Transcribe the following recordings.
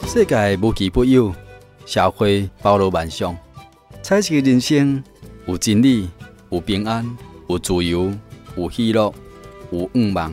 世界无奇不有，社会包罗万象。彩色的人生有真理，有平安，有自由，有喜乐，有愿望。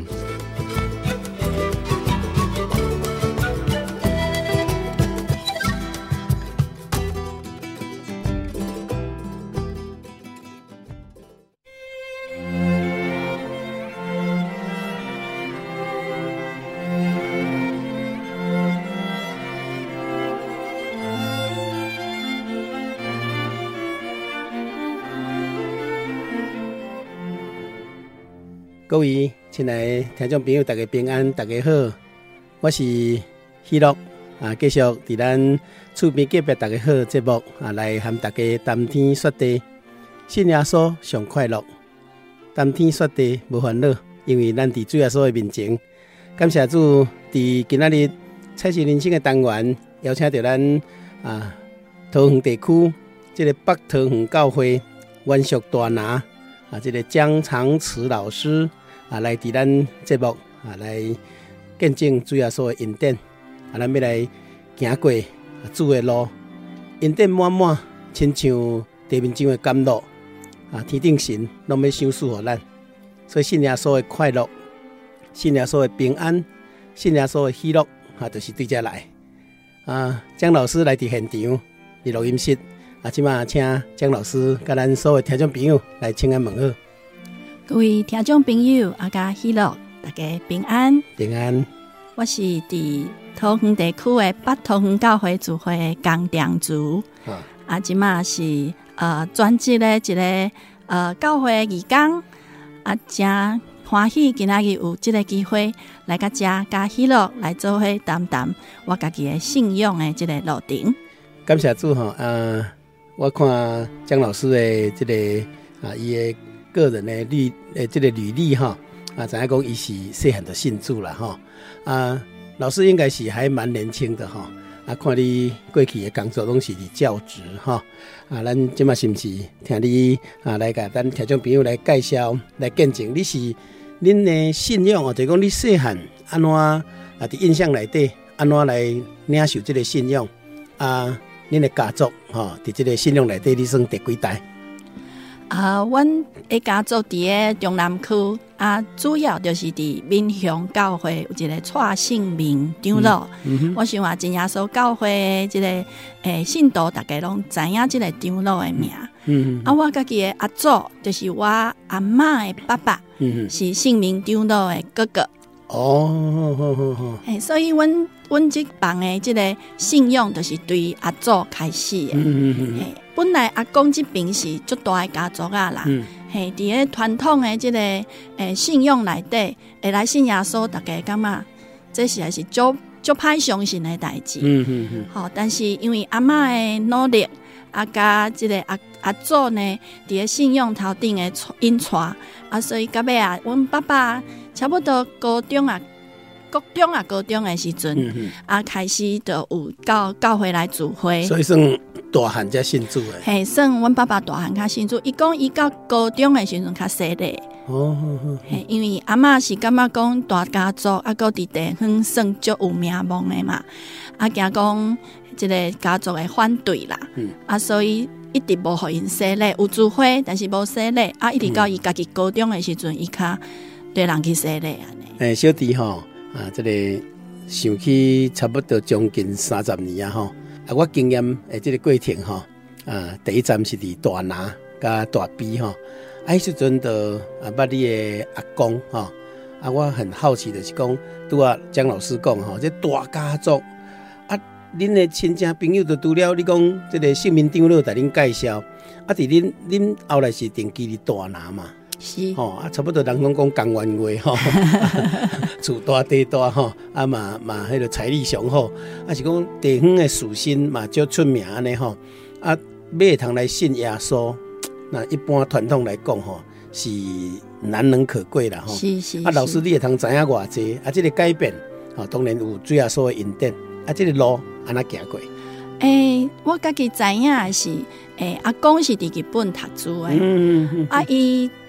各位亲爱的听众朋友，大家平安，大家好，我是喜乐继续伫咱厝边隔壁大家好节目来和大家谈天说地，信耶稣上快乐，谈天说地无烦恼，因为咱伫主耶稣的面前，感谢主伫今仔日彩色人生的单元，邀请到咱桃园地区这个北桃园教会元宿大拿这个江长慈老师来伫咱节目来见证主耶稣的恩典咱要来行过主的路，恩典满满，亲像地面上的甘露天顶神拢要赏赐予咱，所以信耶稣的快乐，信耶稣的平安，信耶稣的喜乐就是对这来江老师来伫现场伫录音室现在请江老师跟咱所有听众朋友来请安问好。 各位听众朋友甲喜乐，大家平安平安。 我是伫桃园地区的北桃园教会主会的江长竹现在是专职的一个教会的义工真欢喜今仔日有这个机会来甲遮甲喜乐来做伙谈谈我家己的信仰的这个路程。 感谢主我看江老师的这个伊的个人的这个履历知影讲伊是细汉就信主啦老师应该是还蛮年轻的看你过去的工作拢是伫教职咱即马是毋是听你来甲咱听众朋友来介绍来见证你是恁的信仰就是讲你细汉安怎伫印象内底安怎来领受这个信仰恁的家族伫这个信仰内底你算第几代？ 阮的家族伫个中南区主要就是伫闽乡教会有一个蔡姓名长老我想真耶稣教会这个信徒大家拢知影这个长老的名我家己的阿祖就是我阿嬷的爸爸是姓名长老的哥哥所以阮这帮的这个信仰就是对阿祖开始的本来阿公这边是足大的家族啦伫个传统的这个信仰内底会来信耶稣，大家感觉这是还是足歹相信的代志但是因为阿嬷的努力加这个阿祖呢伫个信仰头顶的引带所以到尾阮爸爸差不多国中高中的时阵开始就有教会来聚会， 所以算大汉才信主的算阮爸爸大汉较信主，伊讲伊到高中的时阵较犀利因为阿嬷是感觉讲大家族还伫地方算足有名望的嘛惊讲这个家族的反对啦所以一直无互因洗礼，有聚会但是无洗礼一直到伊家己高中的时阵伊较对人去洗礼小弟这个想起差不多将近30年我经验这个过程第一站是伫大拿甲大比迄时阵就捌你的阿公我很好奇的是讲拄江老师讲这大家族恁的亲戚朋友就除了你讲这个姓名长老带恁介绍伫恁后来是定居伫大拿嘛是差不多人拢讲江源话厝大地大嘛迄个财力雄厚是讲地方的士绅嘛足出名安尼要会通来信耶稣，那一般传统来讲是难能可贵啦是老师你会通知影偌济这个改变当然有主耶稣的恩典这个路安怎行过我家己知影的是阿公是伫日本读书的伊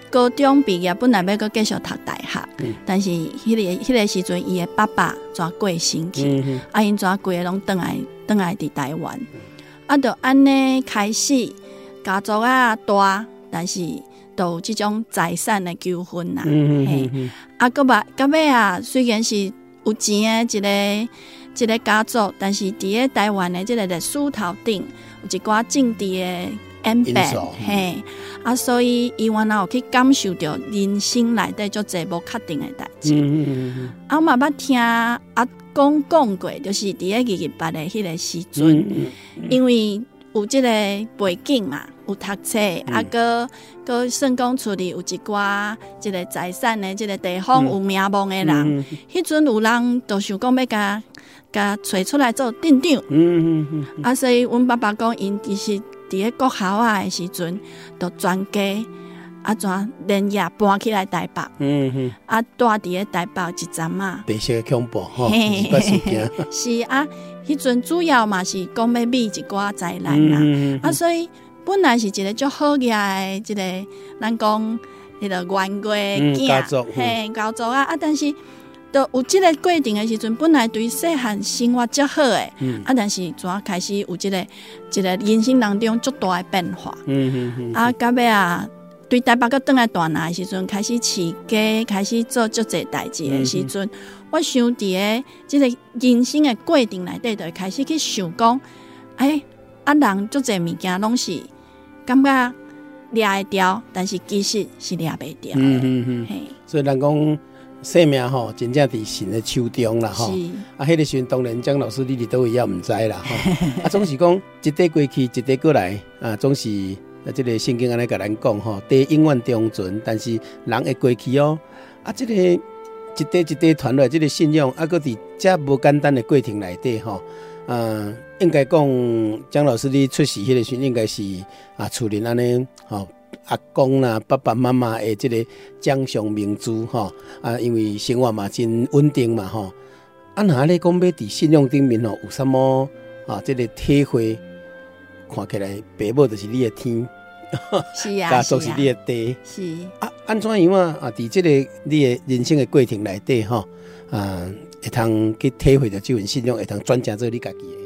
高中毕业本来要搁继续读大学，但是迄个时阵，伊的爸爸怎过身去，因怎规个拢倒来伫台湾，就安尼开始家族大，但是都有即种财产的纠纷啦。搁到尾虽然是有钱的一个家族，但是伫咧台湾的即个历史头顶有一寡政治的演变，所以伊原来有去感受到人生内底足侪无确定的代志。我嘛捌听阿公讲过，就是伫咧28的迄个时阵，因为有即个背景嘛，有读册，搁算讲厝里有一寡即个财产的即个地方有名望的人，迄阵有人就想讲要甲找出来做镇长。所以阮爸爸讲，因其实伫咧国校的时阵，就全家怎连夜搬起来台北，住伫咧台北一站白色的恐怖吼，事件是迄阵主要嘛是讲要灭一寡灾难啦，所以本来是一个足好嘅的，即个咱讲迄个冤家囝，家族但是都有即个过程的时阵，本来对细汉生活足好的，但是怎开始有一个人生当中足大的变化，到尾对台北个转来大南的时阵，开始饲鸡，开始做足侪代志的时阵，我想伫个即个人生的过程内底，就会开始去想讲，人足侪物件拢是感觉抓会掉，但是其实是抓袂掉的。 所以人讲生命吼，真正伫神的手中啦吼。迄个时阵当然江老师你伫倒位也毋知啦吼。总是讲一代过去，一代过来总是。这个圣经安尼甲咱讲吼，地永远长存，但是人会过去哦。这个一代一代传来这个信仰，搁伫这无简单的过程内底吼，应该讲江老师你出世迄个时，应该是厝里安尼吼，阿公啦、爸爸妈妈的这个掌上明珠吼，因为生活嘛真稳定嘛吼。哪咧讲要伫信仰顶面吼，有啥么这个体会？看起来爸母就是你的天，家族是你的地， 是安怎样伫这个你的人生的过程内底吼，会通去体会到这份信仰，会通转嫁做你家己的。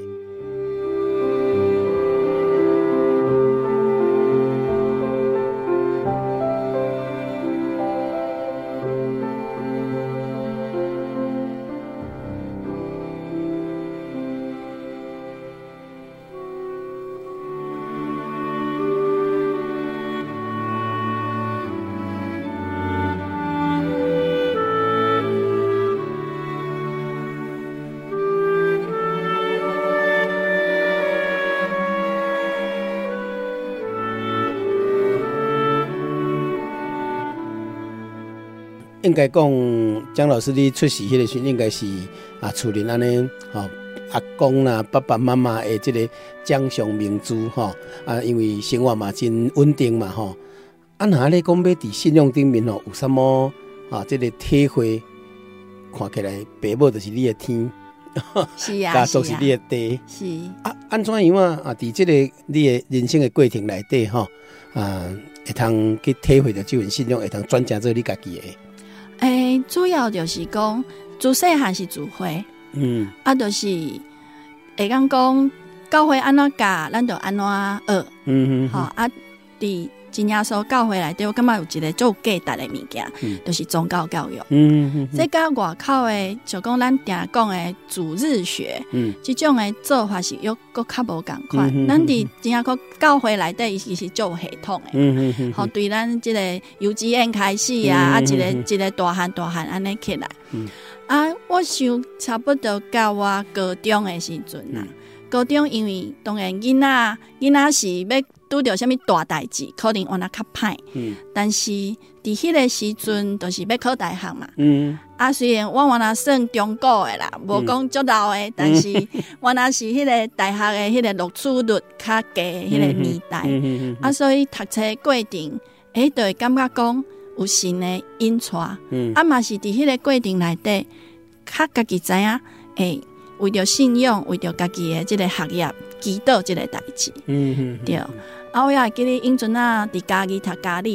应该讲，江老师你出世迄个时，应该是厝里安尼阿公啦、爸爸妈妈的这个掌上明珠因为生活嘛真稳定嘛吼。哪咧讲要伫信仰顶面有啥么这个体会？看起来爸母就是你的天， 是家族是你的地， 是安怎样伫这个你的人生的过程内底会通去体会到这份信仰，会通转嫁做你家己的。 主要就是讲，自细汉是自会，就是会讲教会安怎教，咱就安怎学，伫真耶稣教会内底，我感觉有一个最有价值的物件，就是宗教教育。这甲外口的，就讲咱定讲的主日学，这种的做法是又搁较无共款。咱伫真耶稣教会内底，伊是做系统的，好对咱这个幼稚园开始一个大汉安尼起来。我想差不多到我高中的时阵啦。高中因为当然囡仔是要拄到什么大代志，可能原来较歹，但是伫迄个时阵就是要考大学嘛。虽然我原来算中古的啦，无讲足老的，但是原来是迄个大学的迄个录取率较低的迄个年代，所以读册的过程，就会感觉讲有神的引带，嘛是伫迄个过程内底，较家己知影，为着信仰，为着家己的即个学业，祈祷即个代志，对。我也会记得因阵伫家己读家里的，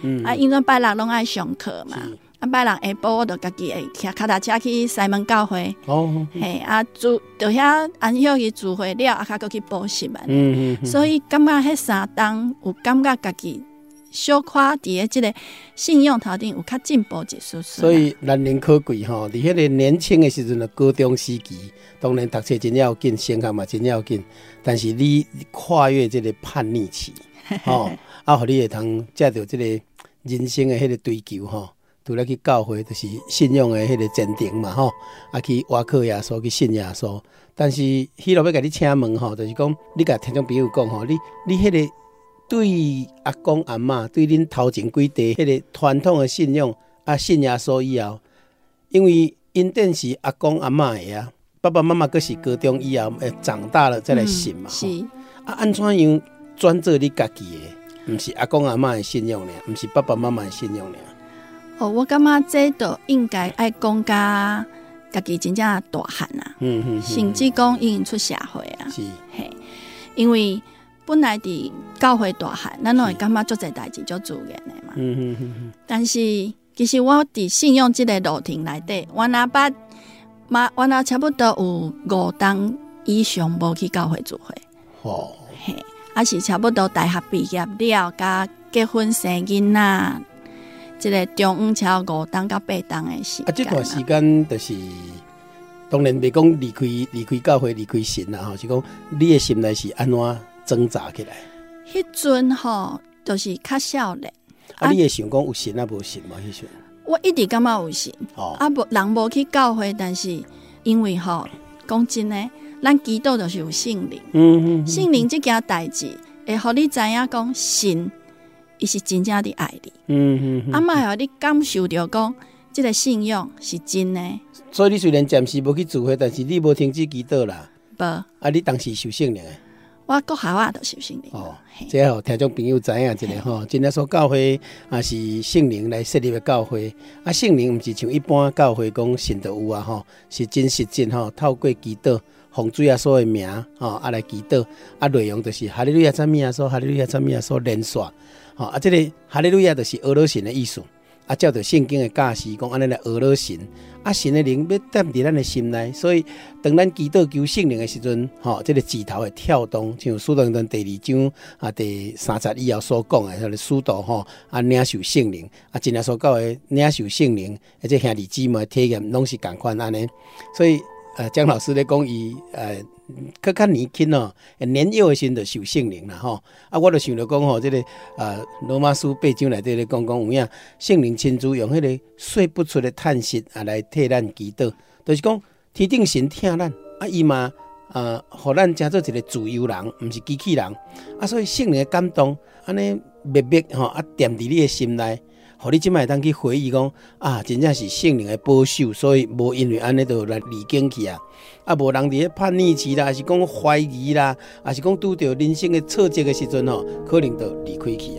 因为拜六拢爱上课嘛。拜六下晡我就家己会骑脚踏车去西门教会，嘿就遐安歇去聚会了，较搁去补习嘛。所以感觉迄3档有感觉家己小可伫个即个信用头顶有较进步一丝丝。 所以难能可贵吼，伫迄个年轻的时阵的高中时期，当然读册真要紧，升学嘛真要紧，但是你跨越这个叛逆期，互你会通接到这个人生的迄个追求吼。除了去教会，就是信仰的迄个坚定嘛吼，去挖靠耶稣，去信耶稣。但是希罗要甲你请问吼，就是讲你甲听众朋友讲吼，你迄个对阿公阿嬷，对恁头前几代迄个传统的信仰信耶稣以后，因为因定是阿公阿嬷的啊，爸爸妈妈佫是高中以后长大了再来信嘛。 是安怎样转做你家己的？毋是阿公阿嬷的信仰尔，毋是爸爸妈妈的信仰尔。 我感觉这都应该爱讲家己真正大汉啊，甚至讲已经出社会啊， 是嘿，因为本来伫教会大汉，咱拢会感觉足侪代志足自然的嘛。但是其实我伫信仰这个路程内底，我若差不多有5档以上无去教会聚会，嘿，是差不多大学毕业了，甲结婚生囡仔。这个中午超5档到8档的时间。这段时间就是当然袂讲离开教会、离开神啦吼，是讲你的心内是安怎挣扎起来？ 迄阵吼，就是较少年。 你会想讲有神无神嘛？迄阵我一直感觉有神，人无去教会，但是因为吼，讲真诶，咱基督就是有圣灵，圣灵这件代志会互你知影讲神。伊是真正的爱你，嘛互你感受到讲，这个信仰是真的。 所以你虽然暂时无去聚会，但是你无停止祈祷啦。 无， 你当时受圣灵的。 我国校啊都受圣灵。 这互听众朋友知影一个吼，真正说教会是圣灵来设立的教会，圣灵毋是像一般教会讲信就有吼，是真实真吼，透过祈祷。奉主耶稣的名来祈祷，内容就是哈利路亚赞美耶稣，哈利路亚赞美耶稣连续。这个哈利路亚就是阿拉神的意思，照着圣经的教示讲安尼来阿拉神，神的灵要踮伫咱的心内，所以当咱祈祷求圣灵的时阵，这个指头会跳动，像使徒行传第2章第30以后所讲的，迄个使徒领受圣灵，真正所讲的领受圣灵，这兄弟姊妹体验拢是同款安尼，所以。江老师咧讲伊较年轻哦，年幼的时阵就受圣灵啦吼。我就想着讲吼，这个罗马书8章内底咧讲有影圣灵亲自用迄个说不出的叹息来替咱祈祷，就是讲天顶神听咱伊嘛互咱成做一个自由人，毋是机器人所以圣灵的感动安尼密密吼踮伫你的心内。互你即摆当去回忆讲真正是圣灵的保守，所以无因为安尼就来离经去无人伫咧叛逆期啦，还是讲怀疑啦，还是讲拄着人生的挫折的时阵可能就离开去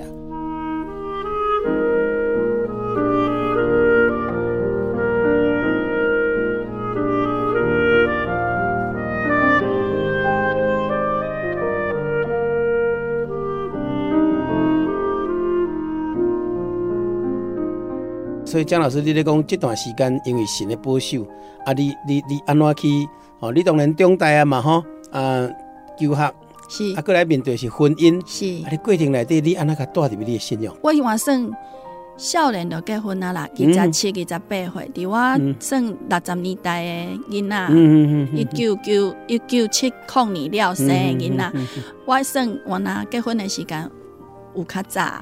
所以江老师，你咧讲这段时间，因为神的保守，你安怎去？你当然中大嘛吼，求学是， 过来面对是婚姻是， 你过程内底你安怎甲带入你的信仰？ 我原算少年就结婚啦，27、28岁，伫我算60年代的囡仔，1970年了生的囡仔，我算原来结婚的时间有较早，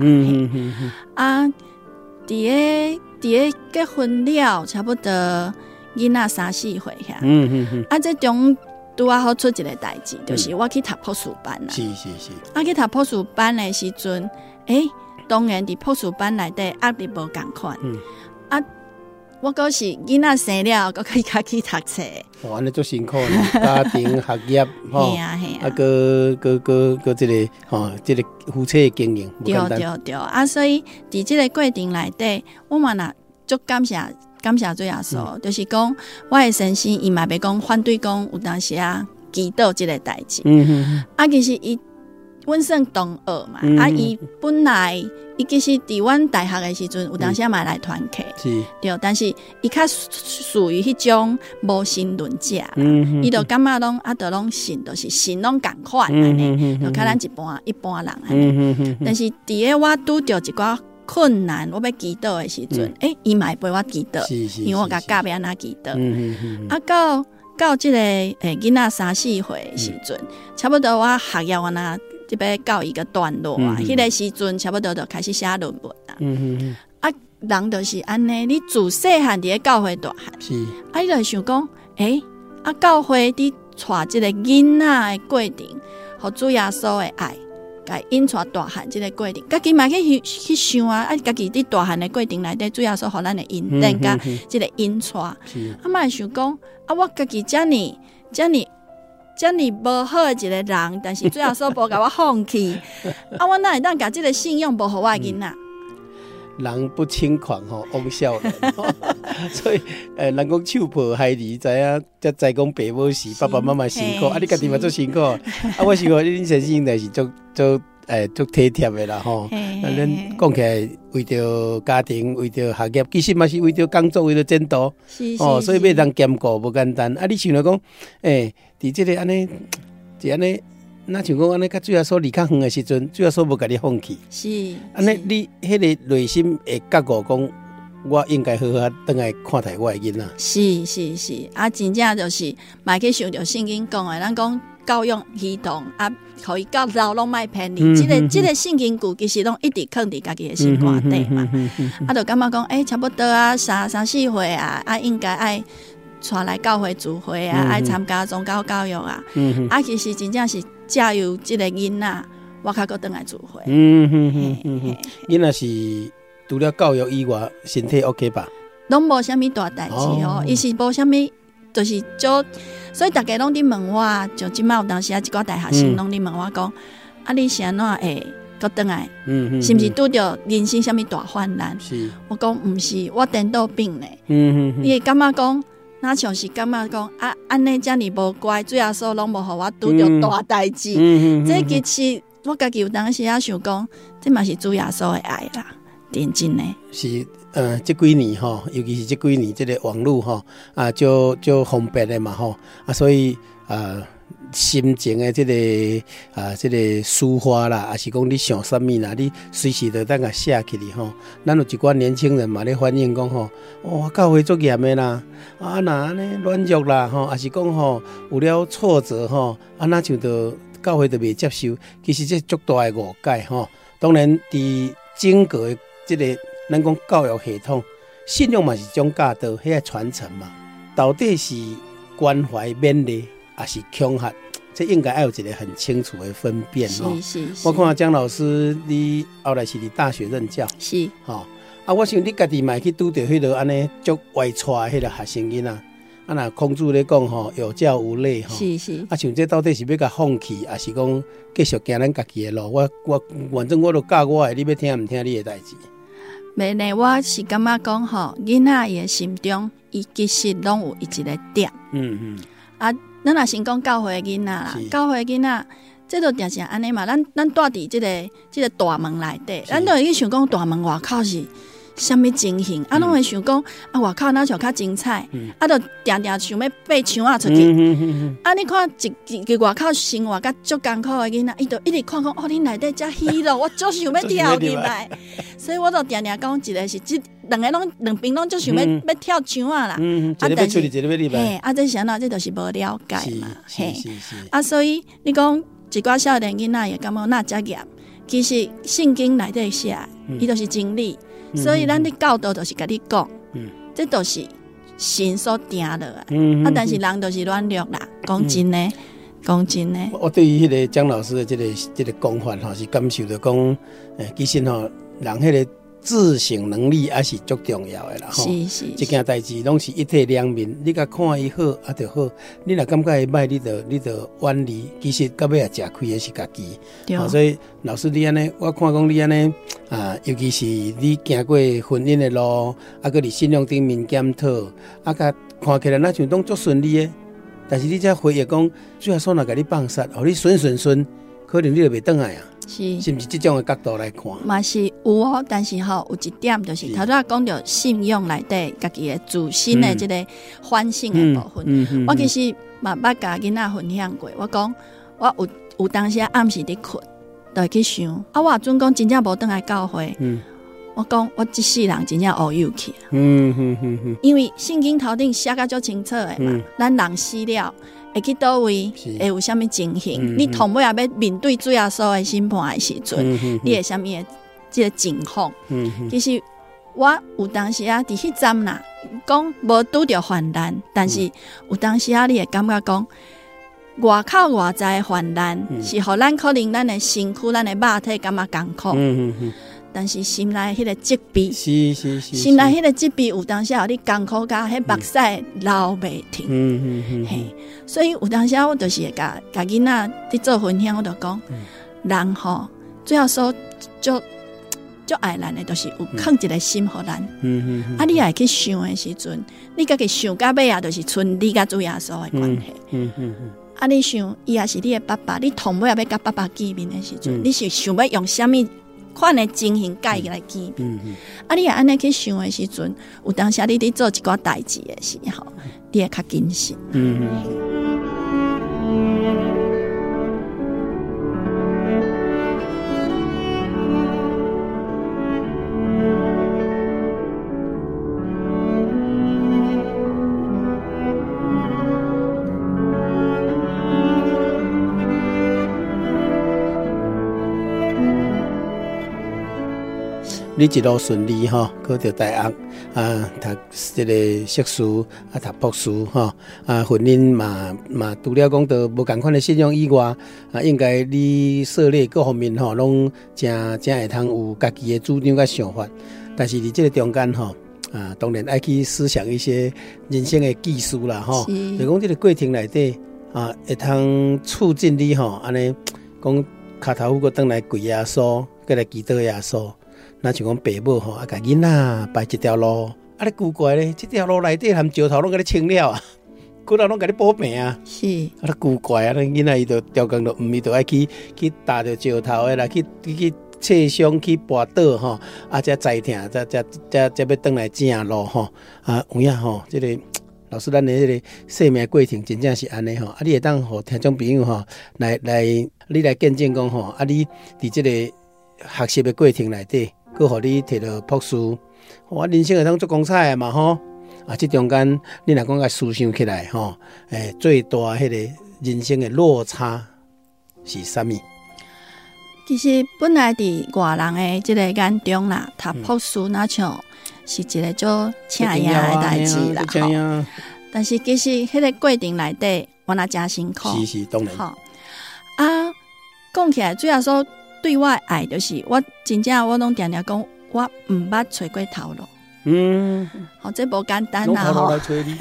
伫个结婚了，差不多囡仔3、4岁遐。这中拄好出一个代志，就是我去读博士班啦。 是。 去读博士班的时阵，当然伫博士班内底压力无共款。我嗰是囡仔生了，搁去读册。 安尼足辛苦呢，家庭学业吼，个这个夫妻的经营， 对。所以伫这个过程内底，我嘛若足感谢主耶稣，就是讲我的先生伊嘛袂讲反对讲有当时祈祷这个代志。其实伊阮算同学嘛，伊本来伊其实伫阮大学的时阵，有当时嘛来团课，对，但是伊较属于迄种无神论者，伊就感觉拢就拢信，就是信拢共款安尼，就较咱一般人安尼。但是伫个我拄着一寡困难，我要祈祷的时阵，伊嘛会陪我祈祷，因为我甲教要安怎祈祷。到即个囡仔3、4岁的时阵，差不多我学业那即要到一个段落啊，迄个时阵差不多就开始写论文啊。人就是安尼，你自细汉伫咧教会大汉，你就想讲，教会伫带即个囡仔的过程，互主耶稣的爱。甲引带大汉即个过程，家己嘛去想啊！家己伫大汉的过程内底，主要说互咱的引导甲即个引带，嘛会想讲我家己遮尔无好的一个人，但是主要说无甲我放弃，我哪会当甲即个信用无互我的囡仔？ 人不轻狂枉少年所以人讲手抱孩儿知影，才知讲爸母是爸爸妈妈辛苦你家己嘛做辛苦我想讲恁先生就是足体贴的啦咱讲起来为着家庭为着学业，其实嘛是为着工作为着前途所以要当兼顾无简单你想着讲伫即个安尼是安尼那像讲安尼，甲主要说离较远的时阵，主要说无甲你放弃， 是安尼，你迄个内心会觉悟讲，我应该好好倒来看待我的囡仔。 是真正就是嘛去想着圣经讲的，咱讲教育儿童互伊到老拢莫偏离。即个圣经句其实拢一直放伫家己的心肝底嘛。就感觉讲，差不多3、4岁应该爱带来教会聚会爱参加宗教教育其实真正是借由即个囡仔，我较搁倒来聚会。 囡仔是除了教育以外，身体 OK 吧？ 拢无啥物大代志伊是无啥物，就是所以大家拢伫问我，就即摆有当时一个大学生拢伫问我讲，你是安怎会搁倒来？是毋是拄着人生啥物大患难？我讲毋是，我颠倒病呢。伊会感觉讲。那像是感觉讲安尼遮尔无乖，主要说拢无互我拄着大代志。这其实我家己有当时想讲，这嘛是主耶稣的爱啦，认真的。是这几年尤其是这几年这个网络就方便的嘛所以心情的这个抒发啦，还是讲你想什么啦，你随时就当个写起来咱有一寡年轻人嘛咧反映讲教会作业的啦，那安尼软弱啦还是讲有了挫折那像就教会就未接受，其实这足大的误解当然伫整个的这个咱讲教育系统，信仰嘛是一种教导，迄个传承嘛，到底是关怀勉励还是恐吓？这应该要有一个很清楚的分辨是我看江老师，你后来是伫大学任教， 是我想你家己嘛去拄着迄个安尼足歪错迄个学生囡仔，那孔子咧讲有教无类是像这到底是要甲放弃，还是讲继续行咱家己的路？我反正我都教我的，你要听唔听你的代志？ 袂呢，我是感觉讲囡仔伊的心中，伊其实拢有一个点。咱若先讲教会的囡仔啦，教会的囡仔，这都定定安尼嘛。咱住伫这个大门内底，咱都会去想讲大门外口是什么情形，拢会想讲外口哪像较精彩，就定定想要爬墙出去。你看一个外口生活甲足艰苦的囡仔，伊就一直看讲恁内底遮喜乐，我足想要跳进来，所以我就定定讲一个是两边拢就想要跳墙啦， 一个要出去，一个要入来。 这啥这就是无了解嘛，所以你讲一寡少年囡仔也感觉那遮严，其实圣经内底写，伊就是真理，所以咱的教导就是甲你讲，这都是神所定落来，但是人就是软弱啦，讲真的。 我对于迄个江老师的这个讲法是感受到讲，其实人迄个自省能力还是足重要的啦。 是这件代志拢是一体两面，你甲看伊好就好，你若感觉伊歹，你就远离。其实到尾也吃亏的是家己。所以老师你安尼，我看讲你安尼尤其是你行过婚姻的路，搁伫信仰顶面检讨，甲看起来那像拢足顺利的。但是你才回忆讲，主要说若甲你放杀，互你顺， 可能你就袂转来啊。 是不是这种的角度来看？ 嘛是有哦，但是有一点就是头先讲到信用内底家己的自身的这个反省的部分。我其实嘛捌甲囡仔分享过，我讲我有当时暗时伫困，就会去想啊，我准讲真正无转来教会。我讲我这世人真正乌有去。因为圣经头顶写甲足清楚的嘛，咱人死了。会去倒位，会有啥物情形？你同尾也要面对主耶稣的审判的时阵，你会啥物的这个情况？其实我有当时啊，伫迄站啦，讲无拄着患难，但是有当时啊，你会感觉讲外口外在的患难，是互咱可能咱的身躯、咱的肉体感觉艰苦。但是心内迄个疾病，心内迄个疾病有当时有你艰苦甲迄目屎流袂停，所以有当时我就是会甲囡仔伫做分享，我就讲，人吼最后说就爱咱的，就是有放一个心互咱，啊，你也会去想的时阵，你家己想到尾啊，就是剩你甲主耶稣的关系，啊，你想伊也是你的爸爸，你同尾也要甲爸爸见面的时阵，你是想要用啥物款的情形甲伊来见面，啊，你也安尼去想的时阵，有当时你伫做一寡代志的时候，你会较谨慎。 你一路顺利哈，考到大学啊，读这个硕士啊，读博士哈啊，婚姻嘛除了讲到无共款的信用以外啊，应该你涉猎各方面哈，拢真会通有家己的主张甲想法。但是伫这个中间哈啊，当然爱去思想一些人生的技术啦哈，就讲这个过程内底啊，会通促进你哈，安尼讲脚头个转来跪耶稣，过来祈祷耶稣。那像讲爸母吼，啊，甲囡仔排一条路，啊，你奇怪咧，这条路内底含石头拢甲你清了啊，骨头拢甲你补平啊， 是， 啊，你奇怪啊，囡仔伊就调工就伊就爱去踏着石头的啦，去切伤去跋倒吼，啊，才栽疼，才要转来正路吼，啊，有影吼，这个老师咱的这个生命过程真正是安尼吼，啊，你会当互听众朋友吼来你来见证讲吼，啊，你伫这个学习的过程内底。佮互你摕到博士，我人生会当做光彩的嘛吼！啊，这中间你若讲甲思想起来吼，最大迄个人生的落差是啥物？ 其实本来伫外人的这个眼中啦，读博士那像是一个足请赢的代志啦，吼。但是其实迄个过程内底，我那真辛苦。 是当然。 吼啊，讲起来，主要说。对我的爱就是我真正我拢常常讲，我毋捌找过头路。这无简单啦吼。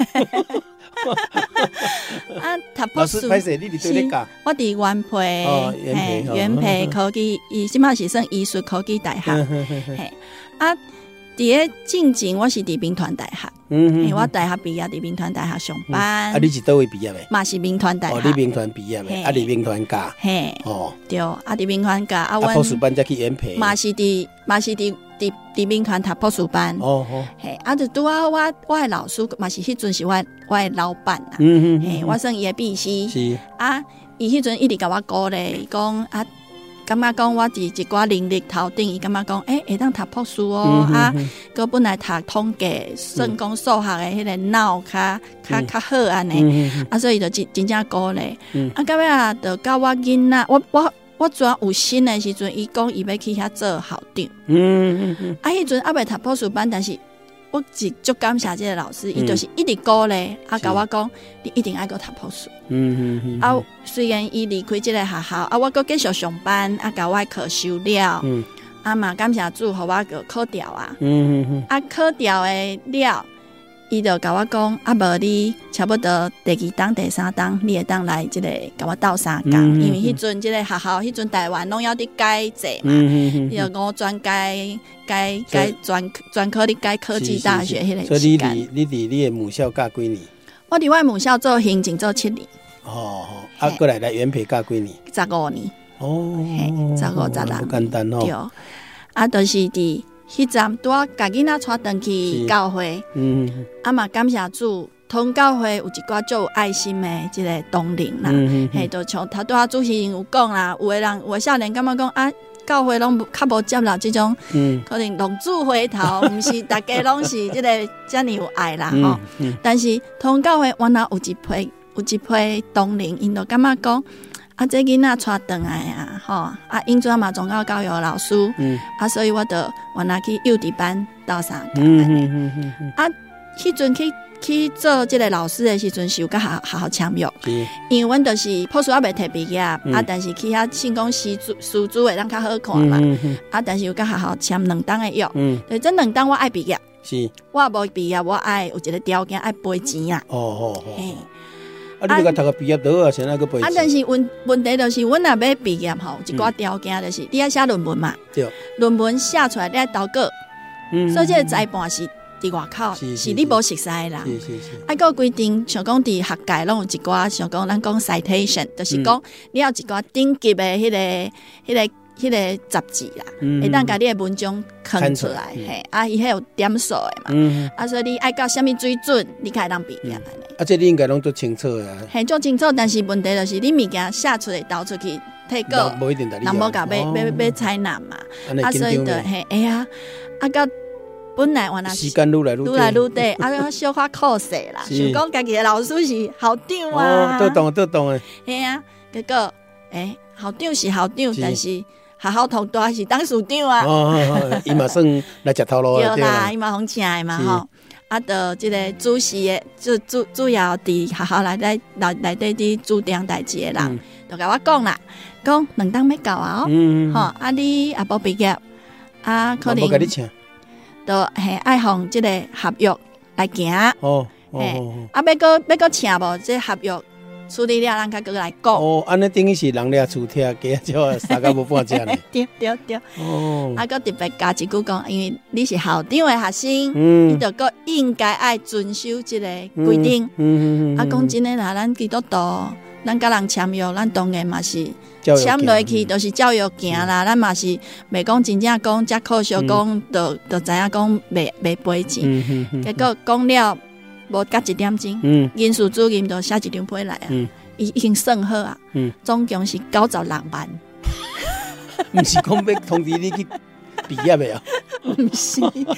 啊，读博士， 老师，你伫对咧教？ 我伫元培，元培科技，伊即马是算艺术科技大学。啊，伫咧进前我是伫兵团大学。我大学毕业伫兵团大学上班。 啊，你是倒位毕业的？ 嘛是兵团大学。 哦，你兵团毕业的，啊，伫兵团教。 嘿，哦，对，啊，伫兵团教，啊， 博士班才去元培。 嘛是伫兵团读博士班。哦，嘿，啊，就拄啊，我的老师嘛是迄阵是我的老板啦。嘿，我算伊的秘书。是。啊，伊迄阵一直甲我鼓励，讲啊。感觉讲我伫一寡能力头顶，伊感觉讲，会当读博士哦，啊，佮本来读统计、算讲数学的迄个脑较好安尼，啊，所以就真正鼓励。啊，到尾啊，就到我囡仔，我主要有心的时阵，伊讲伊要去遐做校长。啊，迄阵还未读博士班，但是我是足感谢这个老师，伊就是一直鼓励，啊，甲我讲，你一定爱去读博士。啊，虽然伊离开这个学校，啊，我搁继续上班，啊，甲我课修了，啊嘛感谢主，互我个考调啊，啊考调的了，伊就甲我讲，啊无你差不多第2档、第3档，你会当来这个甲我斗3工，因为迄阵这个学校，迄阵台湾拢要伫改制嘛，伊就5专改专科伫改科技大学迄个时间。 所以你伫你的母校教几年？ 我伫我母校做行政做7年。 哦，啊，过来元培教几年？ 15年。 15、16， 不简单哦。 对，啊，就是伫迄站拄啊，家囡仔带转去教会，啊嘛感谢主，同教会有一寡足有爱心的即个同龄啦，嘿，就像头拄啊主持人有讲啦，有的少年感觉讲啊。教会拢较无接纳即种，可能浪子回头，毋是大家拢是即个遮尼有爱啦吼。但是同教会原来有一批同龄，因就感觉讲，啊，这囡仔带转来啊，吼，啊，因阵嘛宗教教育老师，啊，所以我就原来去幼稚班斗相共，啊，迄阵去做即个老师的时阵是有甲学校签约，因为阮就是破书还未摕毕业，啊，但是去遐信讲师资会当较好看嘛，啊，但是有甲学校签2档的约，所以这2档我爱毕业，是，我无毕业我爱有一个条件爱赔钱啊。嘿， 啊，你甲读个毕业倒啊，先那个赔钱。 啊，但是问题就是，阮若要毕业吼，有一寡条件就是，你要写论文嘛，对，论文写出来你要投稿，所以这个裁判是。伫外口是你无熟悉的啦，啊，个规定像讲伫学界拢有一寡，像讲咱讲 citation， 就是讲你要一寡顶级的迄个杂志啦，会当甲你的文章囥出来，嘿，啊，伊迄有点数的嘛，啊，所以你爱到什么水准，你才会当毕业安尼。 啊，这你应该拢做清楚啊。 嘿，做清楚，但是问题就是你物件写出来投出去，退稿，人无甲要采纳嘛，啊，所以就嘿，哎呀，啊个。本来原来时间愈来愈短，啊，小可可惜啦。想讲家己的老师是校长啊， 倒动诶。 嘿啊，结果校长是校长，但是学校头大是董事长啊。 伊嘛算来食头路对啦，伊嘛好请诶嘛吼。啊，就即个主席诶，主要伫学校内底主张代志诶人，就甲我讲啦，讲2档要到啊吼，啊你也无毕业，啊可能。都系爱用即个合约来行啊，要个请无即合约处理了，咱较过来讲。 安尼等于是人掠厝贴，加少三个无半只呢。 对。啊，个特别加一句讲，因为你是校长的学生，你就个应该爱遵守即个规定。啊，讲真诶啦，咱基督徒，咱甲人签约，咱当然嘛是。签落去都是照约行啦，咱嘛是袂讲真正讲遮可惜讲，就知影讲袂赔钱。结果讲了无甲1点钟，人事主任就写一张批来啊，已经算好啊，总共是96万。 毋是讲要通知你去毕业的啊？ 毋是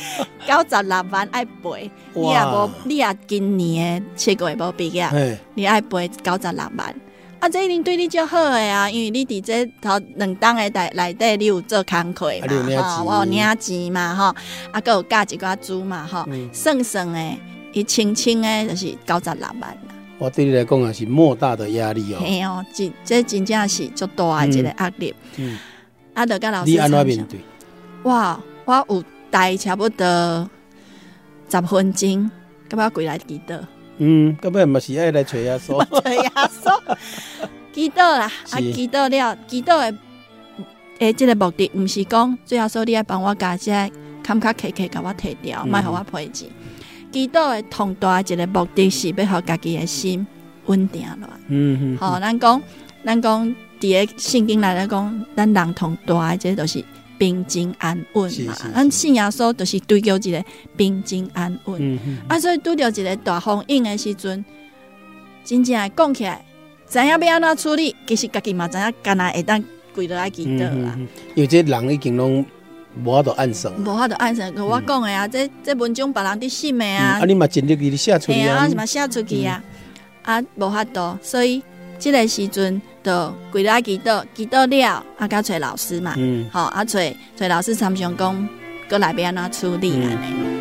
96万爱赔，你也今年的7月无毕业，你爱赔96万。啊，这一定对你就好的啊，因为你伫这头2档的内底，你有做工课嘛，我有领钱嘛，吼，啊，佮有加一寡租嘛，吼，算的，伊清的，就是96万啦。 我对你来讲也是莫大的压力哦。 嘿哦，这真正是足大的一个压力。啊，就甲老师你安怎面对？ 我有待差不多10分钟，甲我跪来祈祷。 到尾嘛是爱来找耶稣， 找耶稣，祈祷啦，啊，祈祷了，祈祷的这个目的，毋是讲最后说你爱帮我家这坎坷坎坷，甲我摕掉，莫互我赔钱。祈祷的同大一个目的是要互家己的心稳定落来。好，咱讲伫个圣经内来讲，咱人同大的这都是平静安稳嘛，咱信耶稣就是追求一个平静安稳。所以拄着一个大风影的时阵，真正讲起来，知影要安怎处理，其实家己嘛知影，干那会当跪落来祈祷啦。 因为这人已经拢无法度按算， 我讲的啊，这文章别人伫审的啊， 你嘛尽力去写出去啊， 嘛写出去啊，无法度，所以这个时阵就跪来祈祷了，甲找老师嘛，好找老师参详讲，过来要安怎处理安尼。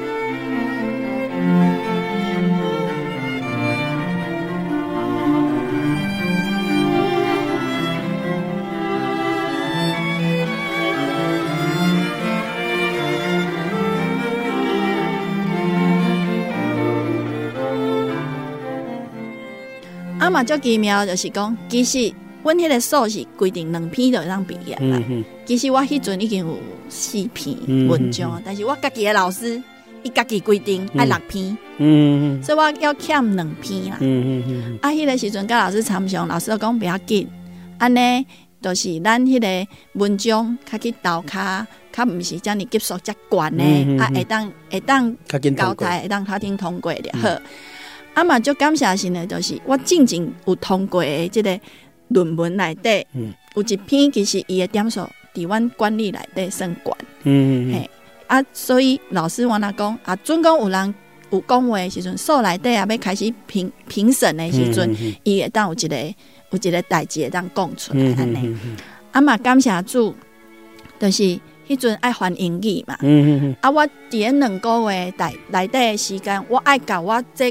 嘛足奇妙，就是讲，其实阮迄个数是规定2篇就当毕业啦。其实我迄阵已经有4篇文章，但是我家己的老师，伊家己规定爱6篇，所以我要欠2篇啦。迄个时阵甲老师参详，老师就讲不要紧，安尼就是咱迄个文章较去投卡，较毋是遮尔级数遮悬的，会当交代，会当较紧通过了好。啊嘛，足感谢神的，就是我正有通过的即个论文内底，有一篇其实伊的点数伫阮管理内底算悬，嘿，所以老师我若讲准讲有人有讲话的时阵，所内底也要开始评审的时阵，伊会当有一个代志会当讲出来安尼。嘛感谢主，就是迄阵爱翻英语嘛，我伫2个月内底的时间，我爱甲我这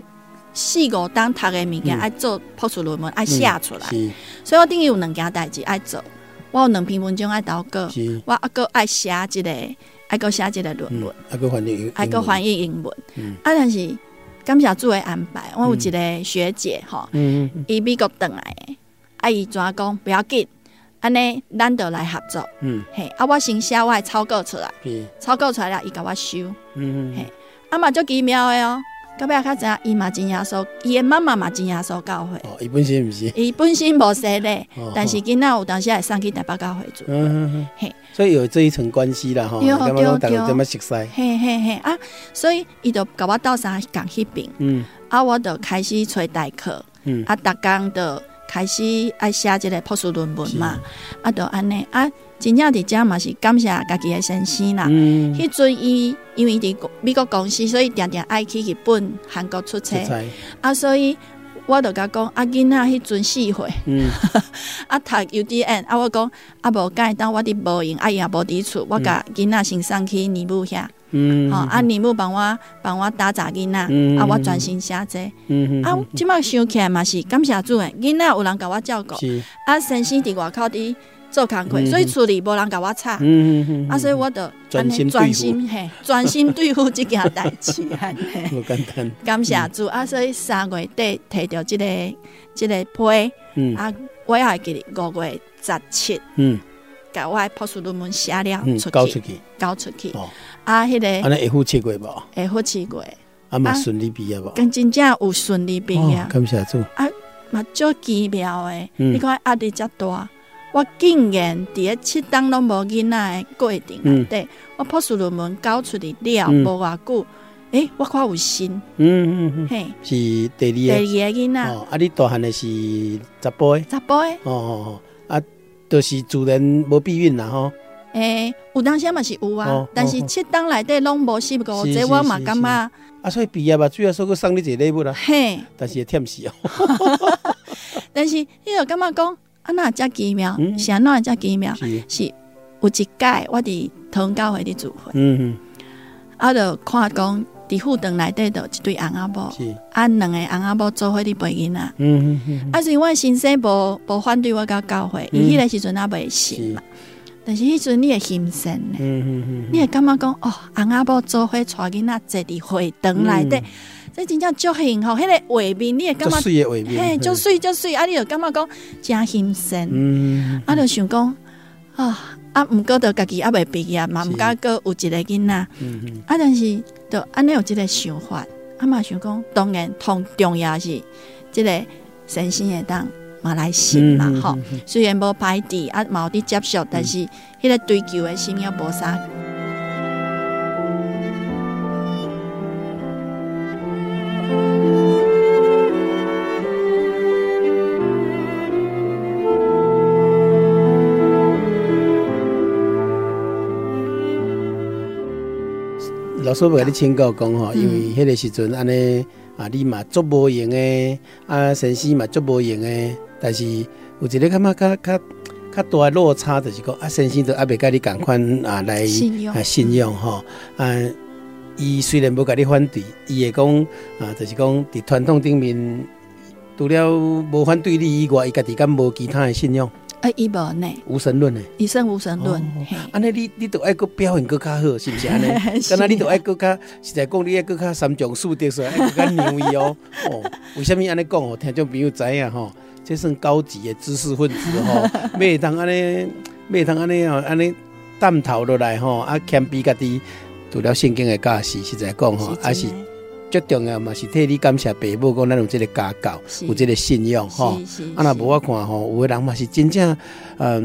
4-5档读的物件爱做博士论文，爱写出来，所以我等于有2件代志爱做，我有2篇文章爱投稿，我还爱写一个，爱写一个论文，爱翻译英文，但是感谢主的安排，我有一个学姐吼，伊美国回来的，伊怎讲不要紧，安尼咱就来合作，嘿，我先写我的草稿出来，了，伊甲我收，嘿，嘛足奇妙的哦。到尾较知影，伊嘛真耶稣，伊的妈妈嘛真耶稣教会。 伊本身毋是， 伊本身无洗礼，但是囡仔有当时会送去台北教会做。 嘿，所以有这一层关系啦，吼， 对， 大家这么熟悉。 嘿所以伊就甲我斗相共迄边，我就开始找代课，逐工就开始爱写一个博士论文嘛，就安尼真正伫遮嘛是感谢家己的先生啦。迄阵伊因为伫美国公司，所以常常爱去日本、韩国出差。所以我就甲讲囡仔迄阵4岁，读 UDN，我讲无敢当我伫无闲，伊也无伫厝，我甲囡仔先送去尼母遐。尼母帮我打杂囡仔，我专心写这。即摆想起来嘛是感谢主诶，囡仔有人甲我照顾，先生伫外口伫做工课，所以厝里无人甲我插，所以我就专心对付这件代志， 无简单。 感谢主所以3月底摕到这个批，我也会记得5月17，甲我的博士论文写了交出去， 迄个安尼会付7月无？ 会付7月， 嘛顺利毕业无？ 跟真正有顺利毕业， 感谢主嘛足奇妙的，你看压力遮大。我竟然伫咧7档拢无囡仔的过程内底，我博士论文交出去了，无偌久，我看有新， 嘿，是第二个囡仔， 你大汉的是10倍，就是自然无避孕啦吼。 有当时嘛是有啊，但是7档内底拢无15个，这我嘛感觉。 所以毕业吧，最后说去送你一个礼物啦，但是会忝死哦。 但是你就感觉讲。哪遮奇妙？是安怎遮奇妙？是有一届我伫桃园教会伫聚会，就看讲伫副堂内底就一对翁仔某，2个翁仔某做伙伫陪囡仔。所以我先生无反对我到教会，伊迄个时阵也未信嘛。但是迄阵你会心神呢，你会感觉讲翁仔某做伙带囡仔坐伫会堂内底。这真正足幸福，迄个画面你会感觉足水的画面， 足水，你就感觉讲真新鲜，就想讲毋过就家己还未毕业嘛，毋敢过有一个囡仔，但是就安尼有一个想法，嘛想讲，当然同重要是这个先生会当嘛来信嘛，吼，虽然无排除嘛有伫接受，但是迄个追求的心也无啥。 老师要甲你请教讲吼，因为迄个时阵安尼你嘛足无用的，先生嘛足无用的，但是有一个感觉较大的落差，就是讲先生都还未甲你共款来信用吼，伊虽然无甲你反对，伊会讲就是讲伫传统顶面，除了无反对你以外，伊家己敢无其他的信用？ 伊无呢， 无神论的， 伊算无神论。 安尼你都爱搁表现搁较好，是不是安尼？敢若你都爱搁较，实在讲你爱搁较3种四德说，爱搁较牛伊哦。为什么安尼讲哦？听众朋友知影吼，这算高级的知识分子吼，袂当安尼安尼淡头落来吼，谦卑家己，除了圣经的教示，实在讲吼，还是。最重要嘛是替你感谢爸母，讲咱有这个家教，有这个信用吼。若无我看吼，有的人嘛是真正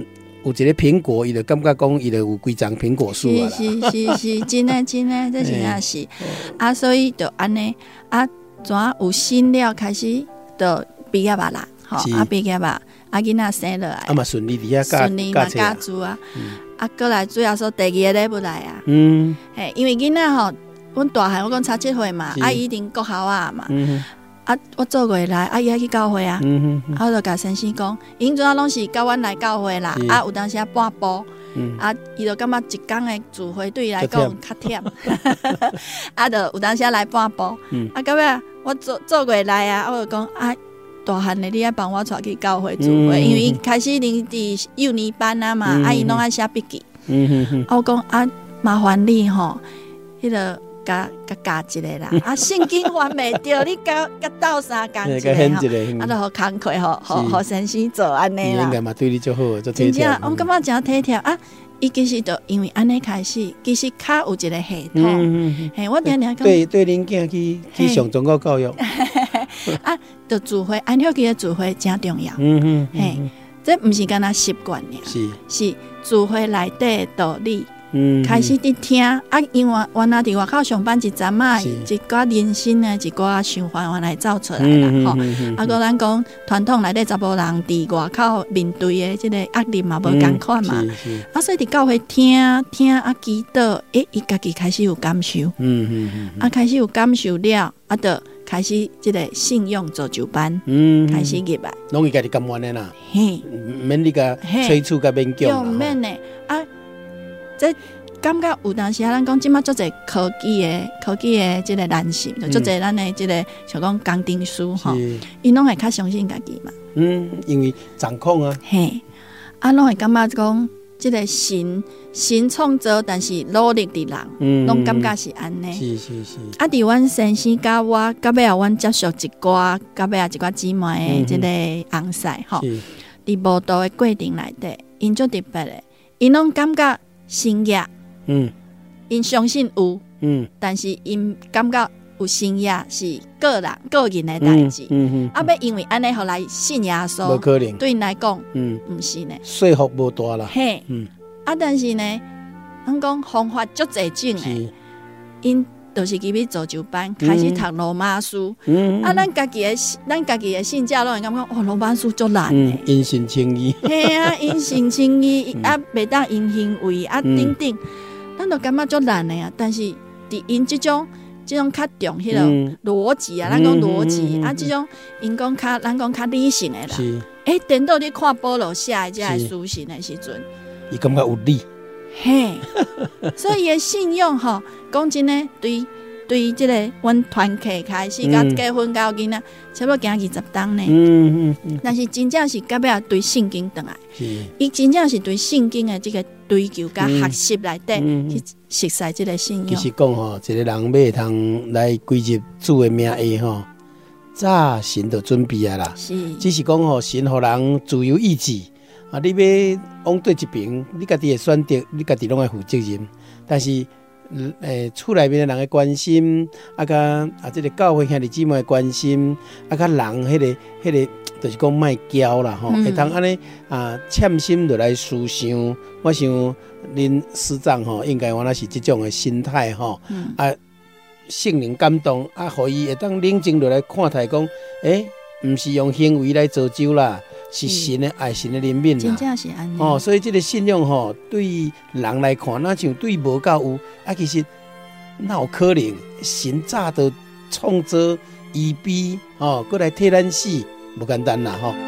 有一个苹果，伊就感觉讲伊就有规丛苹果树啊啦。 是，真的，这真正是。所以就安尼怎有新了开始就毕业吧啦，毕业吧，囡仔生落来， 嘛顺利伫遐顺利嘛教书啊，过来主要说第二个礼物来啊，嘿，因为囡仔阮大汉我讲差7岁嘛，伊一定国校啊嘛。我做过来，伊爱去教会啊，我就甲先生讲，因阵拢是教阮来教会啦，有当时半步，伊就感觉一工的聚会对伊来讲较忝，就有当时来半步，到尾我做过来啊，我就讲大汉的你爱帮我带去教会聚会，因为伊开始伫幼年班啊嘛，伊拢爱写笔记，我讲麻烦你吼，迄个。甲教一个啦，圣经翻袂着，你甲斗相共一个吼，就互工课，互先生做安尼啦。 应该嘛对你足好，足真正我感觉真体贴啊！伊其实就因为安尼开始，其实较有一个系统。嘿，我定定讲对恁囝去上中国教育就聚会，安休期的聚会真重要。嘿，这毋是干那习惯尔，是聚会内底的道理。开始伫听因为原来伫外口上班一阵嘛，一寡人生的一寡想法原来走出来啦吼。个咱讲传统内底查甫人伫外口面对的即个压力嘛无共款嘛，所以伫教会听祈祷，伊家己开始有感受，开始有感受了，就开始即个信用造就班，开始入来， 拢伊家己甘愿的啦，免你甲催促甲勉强啦， 免的这感觉有当时咱讲即马足侪科技的即个男性，就足侪咱的即个像讲工程师吼，伊拢会较相信家己嘛。 因为掌控啊。 嘿，拢会感觉讲即个神创造，但是努力的人，拢感觉是安尼。 是。 伫阮先生甲我，到尾阮接受一寡姊妹的即个红赛吼，伫慕道的过程内底，因足特别的，因拢感觉。新业，因相信有，但是因感觉有新业是个人的代志，要因为安尼互来信耶稣， 无可能， 对因来讲，毋是呢， 说服无大啦， 嘿，但是呢，咱讲方法足侪种的，因就是入去造就班，开始读罗马书，咱家己的信教拢会感觉罗马书足难的， 因信称义， 嘿因信称义，袂当因行为等等，咱就感觉足难的啊。但是伫因即种较重迄个逻辑啊，咱讲逻辑即种因讲咱讲较理性的啦。等到你看保罗写的这个书信的时阵， 伊感觉有理。 嘿，所以伊的信用吼，讲真诶，对即个阮团契开始，甲结婚到囡仔，差不多行20档呢。但是真正是到尾对圣经转来，伊真正是对圣经的这个追求甲学习内底去熟悉即个信用。 其实讲吼，一个人要通来归入主的名下吼，早神就准备啊啦。只是讲吼，神互人自由意志。你要往对一边，你家己的选择，你家己拢会负责任。但是，厝内面的人的关心，这个教会兄弟姊妹的关心，人迄个，就是讲莫骄啦吼，会通安尼欠心就来思想。我想恁师长吼，应该原来是这种的心态吼。圣灵感动互伊会当冷静落来看待讲，毋是用行为来造就啦。是神的爱，神的怜悯啦， 真正是安尼。 所以这个信仰吼，对人来看，那像对无够有其实哪有可能？神早就创造医治过来替咱死，不简单啦吼。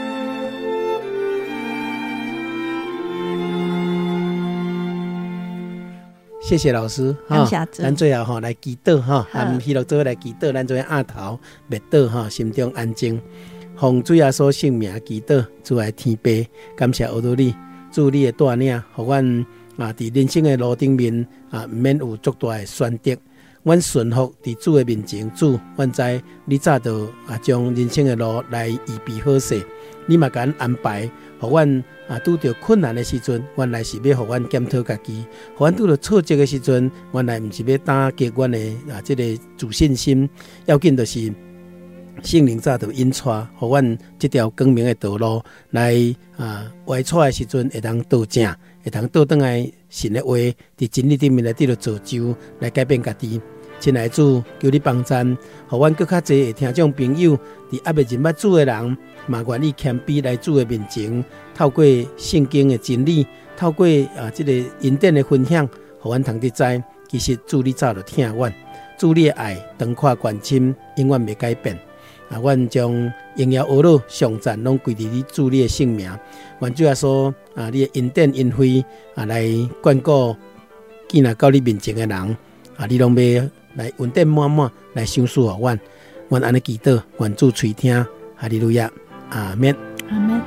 谢谢老师咱最后来祈祷咱希望做来祈祷，咱做压头灭倒心中安静。奉主耶稣圣名祈祷，主爱天父，感谢奥多利，主你的带领，互阮伫人生的路顶面免有足大的选择，阮顺服伫主的面前，主，阮知你早就将人生的路来预备好势，你嘛甲阮安排，互阮拄着困难的时阵，原来是要互阮检讨家己；互阮拄着挫折的时阵，原来毋是要打击阮的这个自信心，要紧就是圣灵早就引带，互阮这条光明的道路来歪错的时阵会当倒正，会当倒转来神的话，伫真理顶面来得到造就，来改变家己。亲爱的主，求你帮赞，互阮更较侪的听众朋友，伫还未认捌主的人，嘛愿意谦卑来主的面前，透过圣经的真理，透过这个恩典的分享，互阮通得知，其实主你早就疼阮，主你的爱长阔关心，永远袂改变。阮将荣耀恶乐上赞拢归伫你主你的圣名。愿主耶稣你的恩典恩惠来眷顾见若到你面前的人你拢要来恩典满满来赏赐互阮。阮安尼祈祷，愿主垂听，哈利路亚，阿们， 阿们。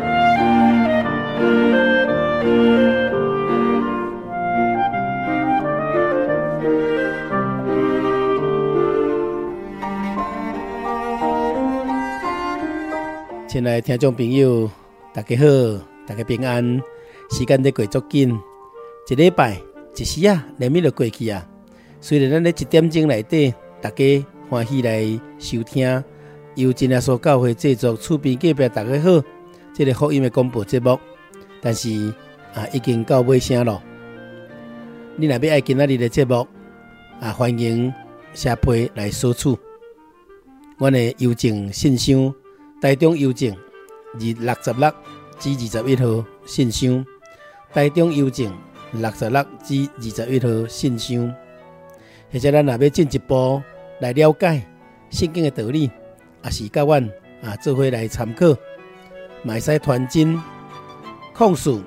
亲爱的听众朋友，大家好，大家平安。时间在过足紧，一礼拜一时连绵就过去啊。虽然咱在1点钟内底，大家欢喜来收听由真耶稣教会制作厝边隔壁大家好这个福音的广播节目，但是已经到尾声了。你若要爱今仔日的节目欢迎写批来索取。阮的邮政信箱。台中邮政66至21号信箱，台中邮政66至21号信箱。或者咱若要进一步来了解圣经的道理，也是甲阮做伙来参考，嘛会使传真控诉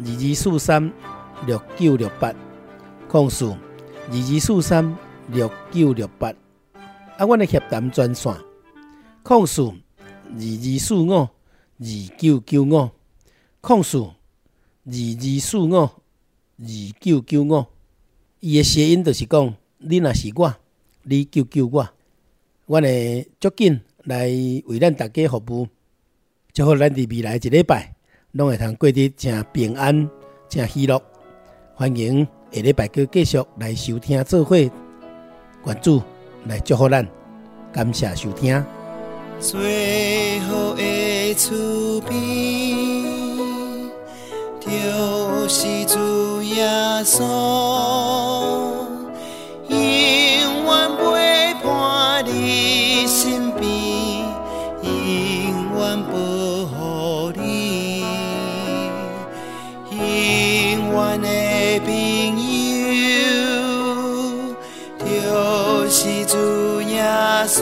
22436968，控诉22436968。阮的协谈专线控诉22452995，控诉22452995。伊的谐音就是讲，你若是我，你救救我。阮会足紧来为咱大家服务，祝福咱伫未来一礼拜，拢会通过得真平安、真喜乐。欢迎下礼拜继续来收听做伙，愿主来祝福咱，感谢收听。 最后的厝边，就是主耶稣，永远陪伴你身边，永远保护你，永远的朋友，就是主耶稣。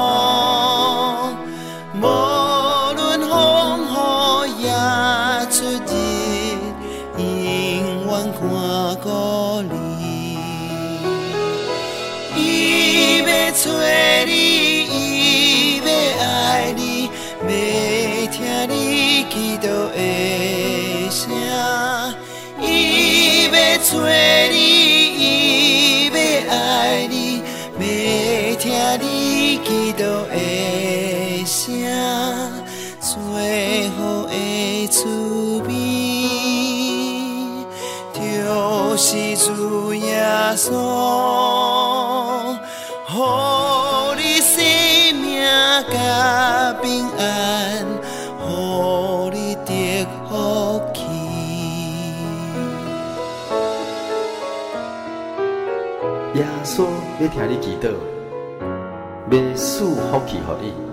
找你，伊要爱你，要听你祈祷的声。伊要找你，伊要爱你，要听你祈祷的声。最好的厝边，就是主耶稣。予你生命甲平安，予你得福气。 耶稣要听你祈祷，要赐福气予你。